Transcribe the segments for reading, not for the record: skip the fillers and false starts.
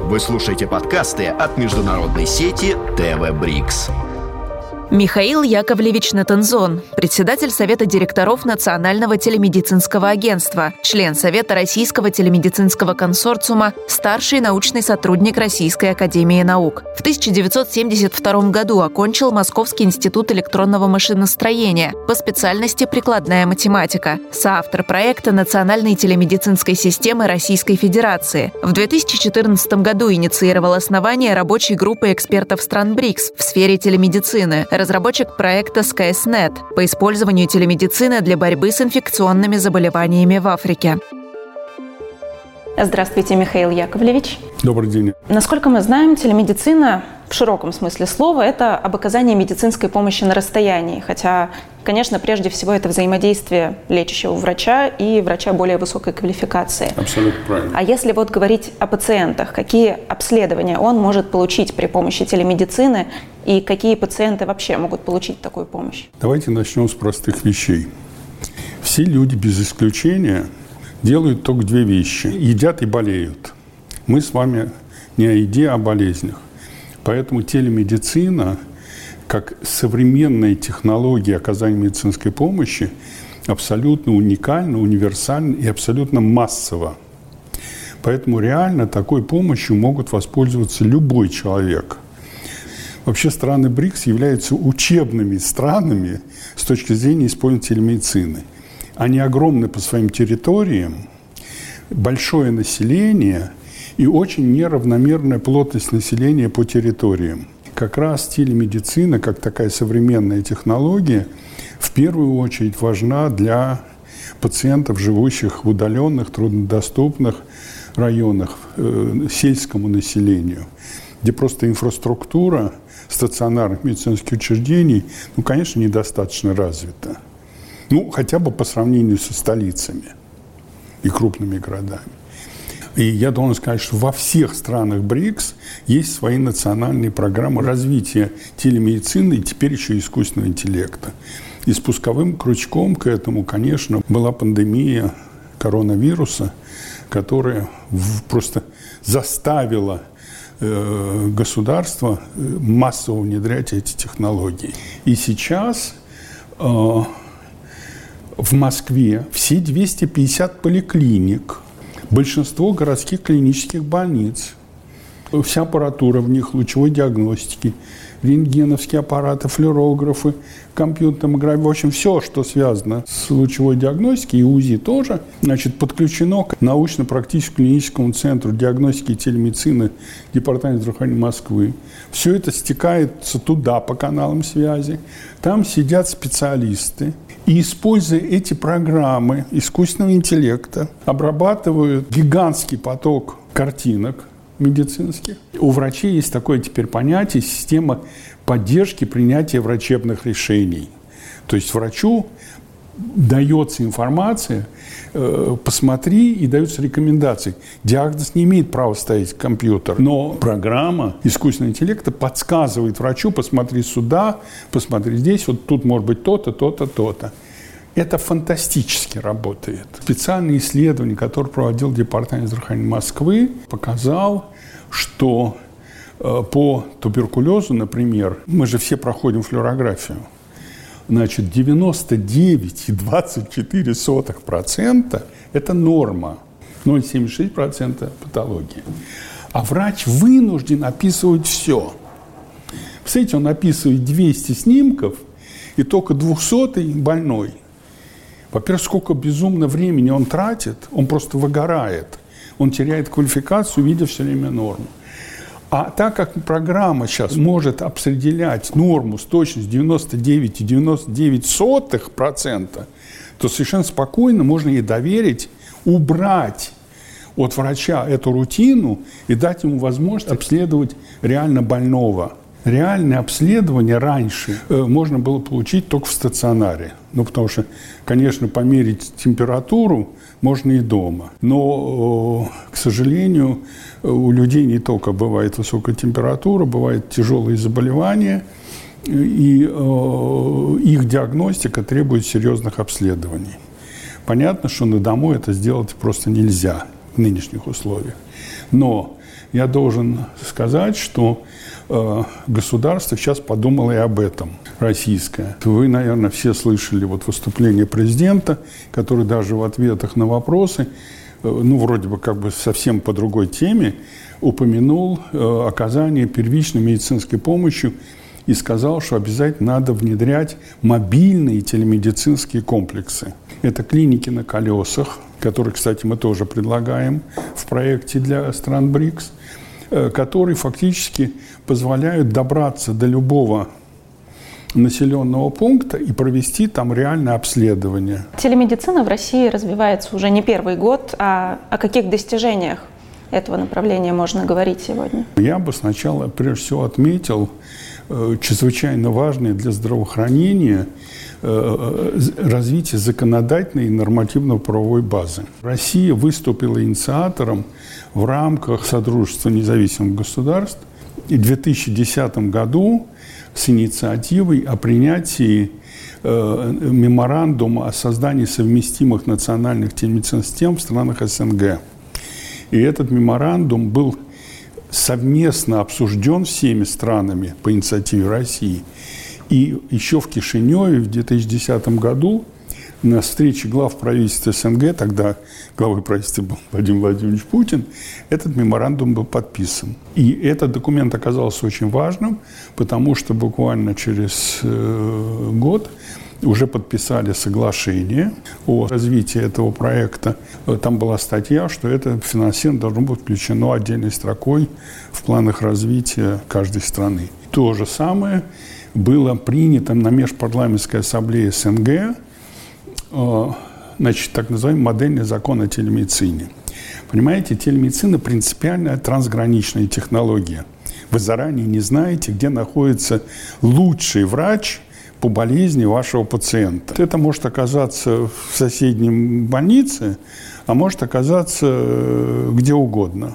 Вы слушаете подкасты от международной сети ТВ Брикс. Михаил Яковлевич Натанзон, председатель Совета директоров Национального телемедицинского агентства, член Совета Российского телемедицинского консорциума, старший научный сотрудник Российской академии наук. В 1972 году окончил Московский институт электронного машиностроения по специальности прикладная математика, соавтор проекта Национальной телемедицинской системы Российской Федерации. В 2014 году инициировал основание рабочей группы экспертов стран БРИКС в сфере телемедицины, разработчик проекта SkySnet по использованию телемедицины для борьбы с инфекционными заболеваниями в Африке. Здравствуйте, Михаил Яковлевич. Добрый день. Насколько мы знаем, телемедицина в широком смысле слова – это об оказании медицинской помощи на расстоянии. Хотя, конечно, прежде всего это взаимодействие лечащего врача и врача более высокой квалификации. Абсолютно правильно. А если вот говорить о пациентах, какие обследования он может получить при помощи телемедицины и какие пациенты вообще могут получить такую помощь? Давайте начнем с простых вещей. Все люди без исключения делают только две вещи. Едят и болеют. Мы с вами не о еде, а о болезнях. Поэтому телемедицина, как современная технология оказания медицинской помощи, абсолютно уникальна, универсальна и абсолютно массова. Поэтому реально такой помощью могут воспользоваться любой человек. Вообще страны БРИКС являются учебными странами с точки зрения использования телемедицины. Они огромны по своим территориям, большое население и очень неравномерная плотность населения по территориям. Как раз телемедицина, как такая современная технология, в первую очередь важна для пациентов, живущих в удаленных, труднодоступных районах, сельскому населению, где просто инфраструктура стационарных медицинских учреждений, конечно, недостаточно развита. Хотя бы по сравнению со столицами и крупными городами. И я должен сказать, что во всех странах БРИКС есть свои национальные программы развития телемедицины и теперь еще искусственного интеллекта. И спусковым крючком к этому, конечно, была пандемия коронавируса, которая просто заставила государство массово внедрять эти технологии. И сейчас в Москве все 250 поликлиник, большинство городских клинических больниц, вся аппаратура в них лучевой диагностики, рентгеновские аппараты, флюорографы, компьютерная томография, в общем, все, что связано с лучевой диагностикой, и УЗИ тоже, подключено к научно-практическому клиническому центру диагностики и телемедицины Департамента здравоохранения Москвы. Все это стекается туда по каналам связи. Там сидят специалисты и, используя эти программы искусственного интеллекта, обрабатывают гигантский поток картинок медицинских. У врачей есть такое теперь понятие система поддержки принятия врачебных решений. То есть врачу дается информация, посмотри, и даются рекомендации. Диагноз не имеет права ставить компьютер, но программа искусственного интеллекта подсказывает врачу: посмотри сюда, посмотри здесь, вот тут может быть то-то, то-то, то-то. Это фантастически работает. Специальное исследование, которое проводил Департамент здравоохранения Москвы, показал, что по туберкулезу, например, мы же все проходим флюорографию, 99,24% это норма, 0,76% патология. А врач вынужден описывать все. Представляете, он описывает 200 снимков, и только 200-й больной. Во-первых, сколько безумно времени он тратит, он просто выгорает. Он теряет квалификацию, видя все время норму. А так как программа сейчас может определять норму с точностью 99,99%, то совершенно спокойно можно ей доверить, убрать от врача эту рутину и дать ему возможность обследовать реально больного. Реальное обследование раньше можно было получить только в стационаре. Потому что, конечно, померить температуру можно и дома. Но, к сожалению, у людей не только бывает высокая температура, бывают тяжелые заболевания, и их диагностика требует серьезных обследований. Понятно, что на дому это сделать просто нельзя. в нынешних условиях. Но я должен сказать, что государство сейчас подумало и об этом, российское. Вы, наверное, все слышали вот выступление президента, который даже в ответах на вопросы, вроде бы как бы совсем по другой теме, упомянул оказание первичной медицинской помощи и сказал, что обязательно надо внедрять мобильные телемедицинские комплексы. Это клиники на колесах, которые, кстати, мы тоже предлагаем в проекте для стран БРИКС, которые фактически позволяют добраться до любого населенного пункта и провести там реальное обследование. Телемедицина в России развивается уже не первый год. О каких достижениях этого направления можно говорить сегодня? Я бы сначала, прежде всего, отметил чрезвычайно важное для здравоохранения развитие законодательной и нормативно-правовой базы. Россия выступила инициатором в рамках Содружества независимых государств и в 2010 году с инициативой о принятии меморандума о создании совместимых национальных телемедицинских систем в странах СНГ. И этот меморандум был совместно обсужден всеми странами по инициативе России. И еще в Кишиневе в 2010 году на встрече глав правительства СНГ, тогда главой правительства был Владимир Владимирович Путин, этот меморандум был подписан. И этот документ оказался очень важным, потому что буквально через год уже подписали соглашение о развитии этого проекта. Там была статья, что это финансирование должно быть включено отдельной строкой в планах развития каждой страны. То же самое было принято на Межпарламентской ассамблее СНГ, так называемый модельный закон о телемедицине. Понимаете, телемедицина принципиальная трансграничная технология. Вы заранее не знаете, где находится лучший врач по болезни вашего пациента. Это может оказаться в соседней больнице, а может оказаться где угодно.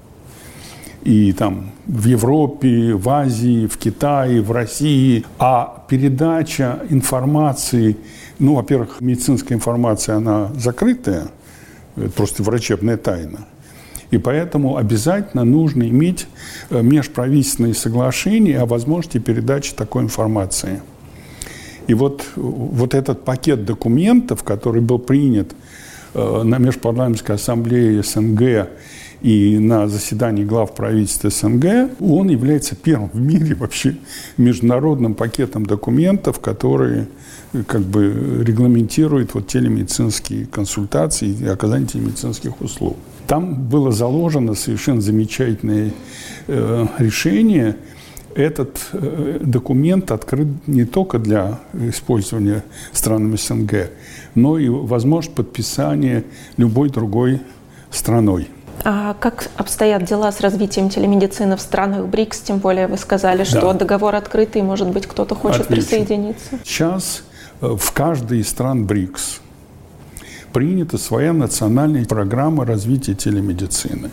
И там в Европе, в Азии, в Китае, в России. А передача информации, во-первых, медицинская информация, она закрытая, это просто врачебная тайна. И поэтому обязательно нужно иметь межправительственные соглашения о возможности передачи такой информации. И вот этот пакет документов, который был принят на Межпарламентской ассамблее СНГ и на заседании глав правительства СНГ, он является первым в мире вообще международным пакетом документов, которые регламентируют телемедицинские консультации и оказание телемедицинских услуг. Там было заложено совершенно замечательное решение. Этот документ открыт не только для использования странами СНГ, но и возможность подписания любой другой страной. А как обстоят дела с развитием телемедицины в странах БРИКС? Тем более вы сказали, что договор открытый, может быть, кто-то хочет присоединиться. Сейчас в каждой из стран БРИКС принята своя национальная программа развития телемедицины.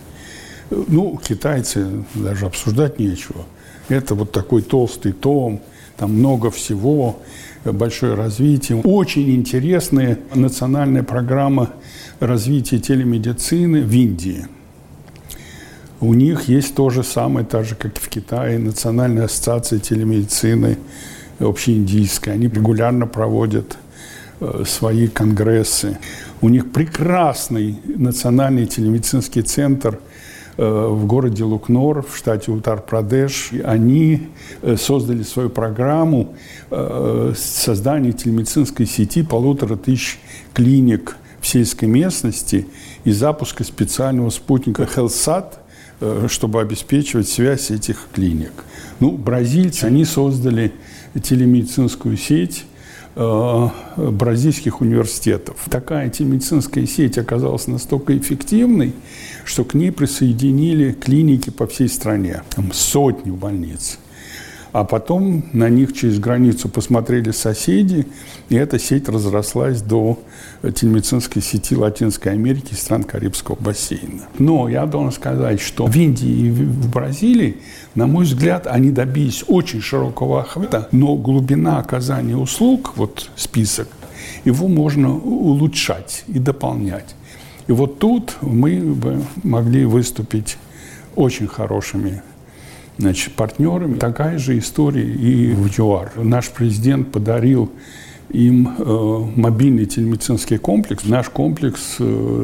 Китайцы даже обсуждать нечего. Это такой толстый том, там много всего, большое развитие. Очень интересная национальная программа развития телемедицины в Индии. У них есть то же самое, так же, как и в Китае, Национальная ассоциация телемедицины общеиндийская. Они регулярно проводят свои конгрессы. У них прекрасный национальный телемедицинский центр в городе Лукнор, в штате Утар-Прадеш. Они создали свою программу создания телемедицинской сети 1500 клиник в сельской местности и запуска специального спутника HealthSat, чтобы обеспечивать связь этих клиник. Бразильцы, они создали телемедицинскую сеть бразильских университетов. Такая телемедицинская сеть оказалась настолько эффективной, что к ней присоединили клиники по всей стране, сотни больниц. А потом на них через границу посмотрели соседи, и эта сеть разрослась до телемедицинской сети Латинской Америки и стран Карибского бассейна. Но я должен сказать, что в Индии и в Бразилии, на мой взгляд, они добились очень широкого охвата, но глубина оказания услуг, список, его можно улучшать и дополнять. И вот тут мы бы могли выступить очень хорошими партнерами. Такая же история и в ЮАР. Наш президент подарил им мобильный телемедицинский комплекс. Наш комплекс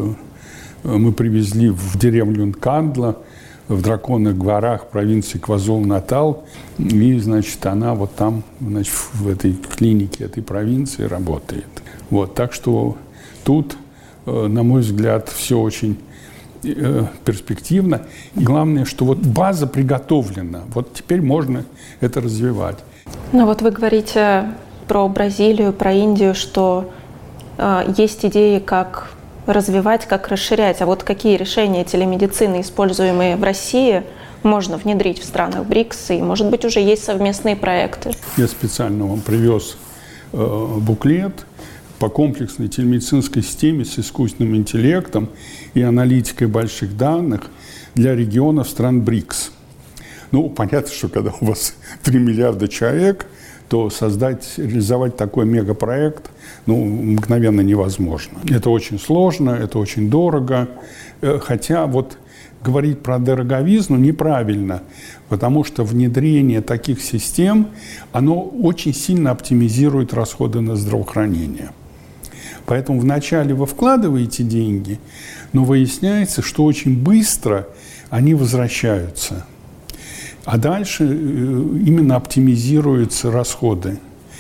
мы привезли в деревню Нкандла, в Драконных горах провинции КваЗулу-Натал. И, она вот там, в этой клинике этой провинции работает. Вот, так что тут, на мой взгляд, все очень перспективно. И главное, что вот база приготовлена. Вот теперь можно это развивать. Ну вот вы говорите про Бразилию, про Индию, что есть идеи, как развивать, как расширять. А вот какие решения телемедицины, используемые в России, можно внедрить в странах БРИКС? И, может быть, уже есть совместные проекты? Я специально вам привез буклет по комплексной телемедицинской системе с искусственным интеллектом и аналитикой больших данных для регионов стран БРИКС. Ну, понятно, что когда у вас 3 миллиарда человек, то реализовать такой мегапроект, мгновенно невозможно. Это очень сложно, это очень дорого. Хотя вот говорить про дороговизну неправильно, потому что внедрение таких систем, оно очень сильно оптимизирует расходы на здравоохранение. Поэтому вначале вы вкладываете деньги, но выясняется, что очень быстро они возвращаются. А дальше именно оптимизируются расходы.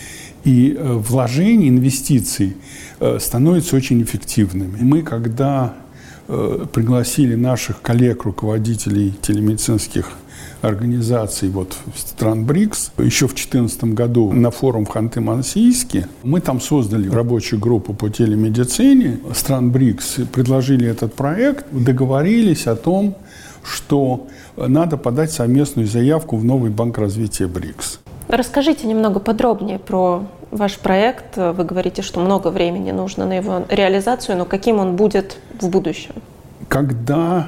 И вложения, инвестиции становятся очень эффективными. Мы, когда пригласили наших коллег, руководителей телемедицинских организаций стран БРИКС, еще в 2014 году на форум в Ханты-Мансийске, мы там создали рабочую группу по телемедицине стран БРИКС, предложили этот проект, договорились о том, что надо подать совместную заявку в новый банк развития БРИКС. Расскажите немного подробнее про ваш проект. Вы говорите, что много времени нужно на его реализацию, но каким он будет в будущем? Когда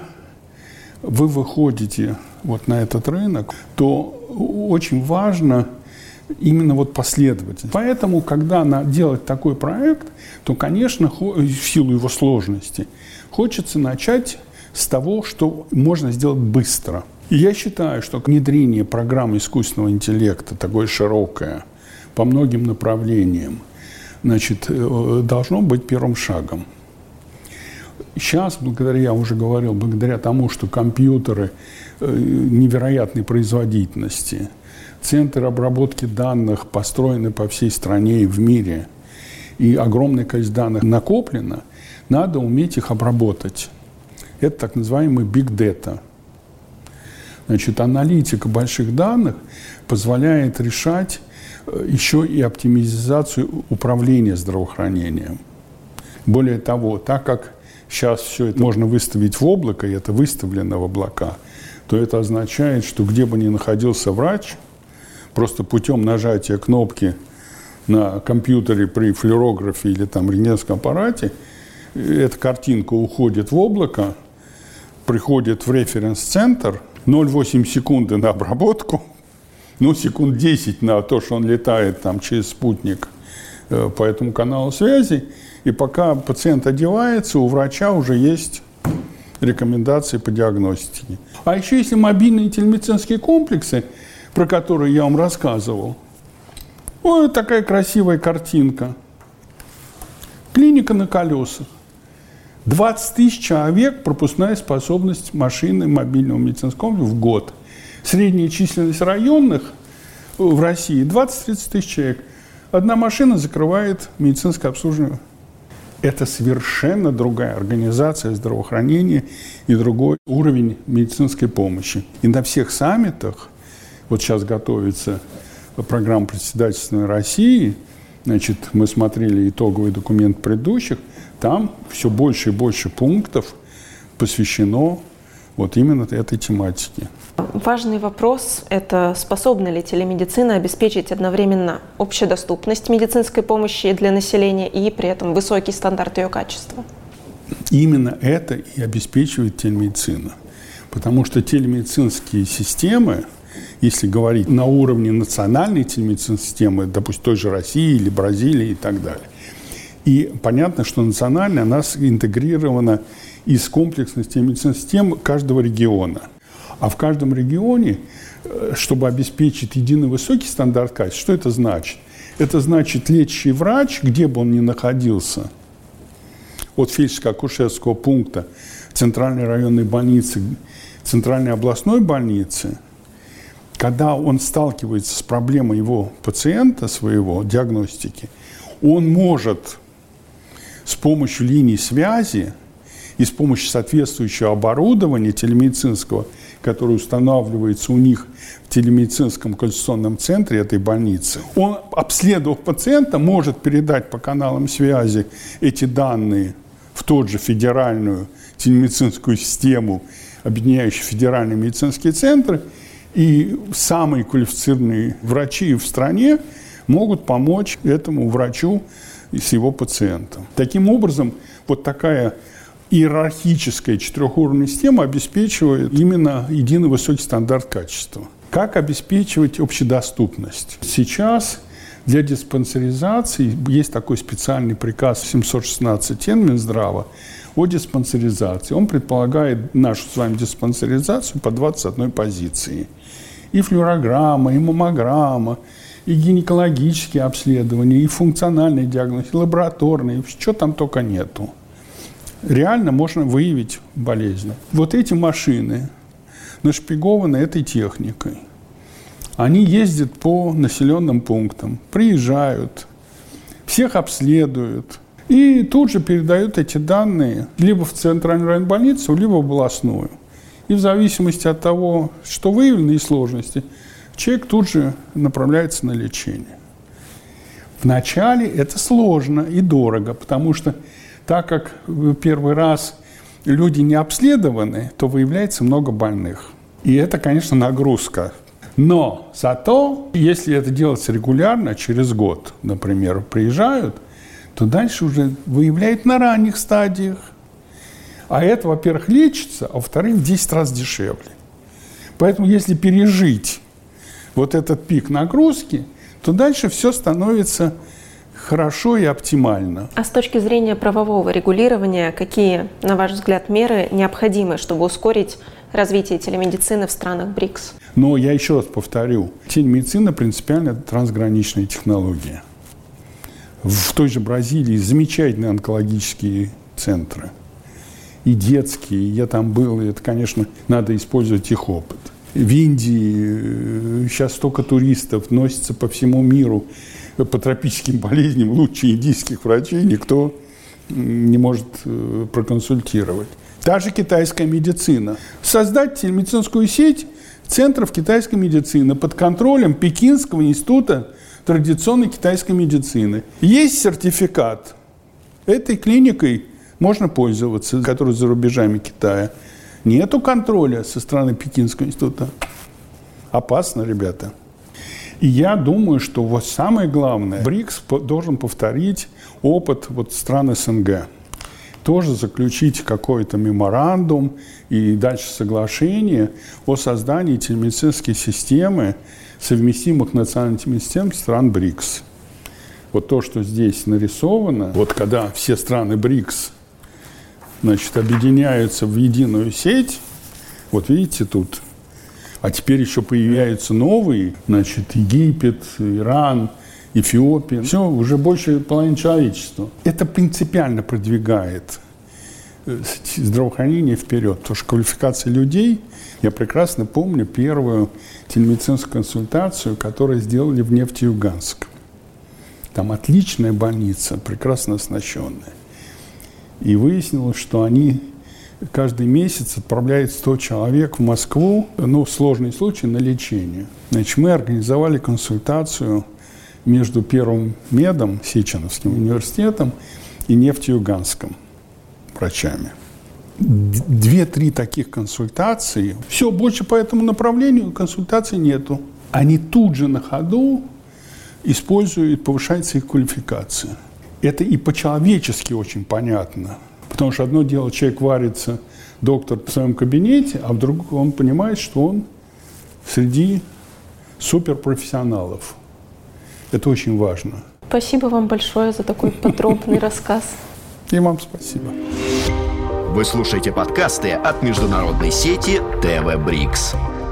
вы выходите на этот рынок, то очень важно именно последовательность. Поэтому, когда делать такой проект, то, конечно, в силу его сложности, хочется начать с того, что можно сделать быстро. И я считаю, что внедрение программы искусственного интеллекта, такое широкое, по многим направлениям, должно быть первым шагом. Сейчас, я уже говорил, благодаря тому, что компьютеры невероятной производительности, центры обработки данных построены по всей стране и в мире, и огромное количество данных накоплено, надо уметь их обработать. Это так называемый big data. Аналитика больших данных позволяет решать еще и оптимизацию управления здравоохранением. Более того, так как сейчас все это можно выставить в облако, и это выставлено в облака, то это означает, что где бы ни находился врач, просто путем нажатия кнопки на компьютере при флюорографе или рентгеновском аппарате, эта картинка уходит в облако, приходит в референс-центр, 0,8 секунды на обработку, секунд 10 на то, что он летает через спутник по этому каналу связи, и пока пациент одевается, у врача уже есть рекомендации по диагностике. А еще если мобильные телемедицинские комплексы, про которые я вам рассказывал, вот такая красивая картинка. Клиника на колесах. 20 тысяч человек пропускная способность машины мобильного медицинского комплекса в год. Средняя численность районных в России 20-30 тысяч человек. Одна машина закрывает медицинское обслуживание. Это совершенно другая организация здравоохранения и другой уровень медицинской помощи. И на всех саммитах, сейчас готовится программа председательства России, мы смотрели итоговый документ предыдущих, там все больше и больше пунктов посвящено именно этой тематике. Важный вопрос – это способна ли телемедицина обеспечить одновременно общедоступность медицинской помощи для населения и при этом высокий стандарт ее качества? Именно это и обеспечивает телемедицина. Потому что телемедицинские системы, если говорить на уровне национальной телемедицинской системы, допустим, той же России или Бразилии и так далее, И понятно, что национальная, она интегрирована из комплексности медицинских систем каждого региона. А в каждом регионе, чтобы обеспечить единый высокий стандарт качества, что это значит? Это значит, лечащий врач, где бы он ни находился, от фельдшерско-акушерского пункта, центральной районной больницы, центральной областной больницы, когда он сталкивается с проблемой его пациента, своего диагностики, он может с помощью линий связи и с помощью соответствующего оборудования телемедицинского, которое устанавливается у них в телемедицинском консультационном центре этой больницы, он, обследовав пациента, может передать по каналам связи эти данные в тот же федеральную телемедицинскую систему, объединяющую федеральные медицинские центры, и самые квалифицированные врачи в стране могут помочь этому врачу с его пациентом. Таким образом, вот такая иерархическая четырехуровневая система обеспечивает именно единый высокий стандарт качества. Как обеспечивать общедоступность? Сейчас для диспансеризации есть такой специальный приказ 716 Минздрава о диспансеризации. Он предполагает нашу с вами диспансеризацию по 21 позиции. И флюорограмма, и маммограмма, и гинекологические обследования, и функциональные диагностики, и лабораторные, что там только нету. Реально можно выявить болезнь. Вот эти машины нашпигованы этой техникой. Они ездят по населенным пунктам, приезжают, всех обследуют и тут же передают эти данные либо в центральную районную больницу, либо в областную. И в зависимости от того, что выявлено, и сложности, человек тут же направляется на лечение. Вначале это сложно и дорого, потому что так как первый раз люди не обследованы, то выявляется много больных. И это, конечно, нагрузка. Но зато, если это делается регулярно, через год, например, приезжают, то дальше уже выявляют на ранних стадиях. А это, во-первых, лечится, а во-вторых, в 10 раз дешевле. Поэтому, если пережить вот этот пик нагрузки, то дальше все становится хорошо и оптимально. А с точки зрения правового регулирования, какие, на ваш взгляд, меры необходимы, чтобы ускорить развитие телемедицины в странах БРИКС? Но я еще раз повторю, телемедицина принципиально трансграничная технология. В той же Бразилии замечательные онкологические центры. И детские, я там был, и это, конечно, надо использовать их опыт. В Индии сейчас столько туристов носится по всему миру по тропическим болезням, лучше индийских врачей никто не может проконсультировать. Та же китайская медицина. Создать телемедицинскую сеть центров китайской медицины под контролем Пекинского института традиционной китайской медицины. Есть сертификат. Этой клиникой можно пользоваться, которая за рубежами Китая. Нету контроля со стороны Пекинского института. Опасно, ребята. И я думаю, что вот самое главное, БРИКС должен повторить опыт вот стран СНГ. Тоже заключить какой-то меморандум и дальше соглашение о создании телемедицинской системы, совместимых национальных систем стран БРИКС. Вот то, что здесь нарисовано, вот когда все страны БРИКС, значит, объединяются в единую сеть, вот видите тут, а теперь еще появляются новые, значит, Египет, Иран, Эфиопия, все, уже больше половины человечества. Это принципиально продвигает здравоохранение вперед, потому что квалификация людей, я прекрасно помню первую телемедицинскую консультацию, которую сделали в Нефтеюганск. Там отличная больница, прекрасно оснащенная. И выяснилось, что они каждый месяц отправляют 100 человек в Москву, сложный случай, на лечение. Значит, мы организовали консультацию между Первым медом, Сеченовским университетом, и Нефтеюганском врачами. 2-3 таких консультации. Все, больше по этому направлению консультаций нету. Они тут же на ходу используют, повышается их квалификация. Это и по-человечески очень понятно. Потому что одно дело, человек варится, доктор в своем кабинете, а вдруг он понимает, что он среди суперпрофессионалов. Это очень важно. Спасибо вам большое за такой подробный рассказ. И вам спасибо. Вы слушаете подкасты от международной сети ТВ Брикс.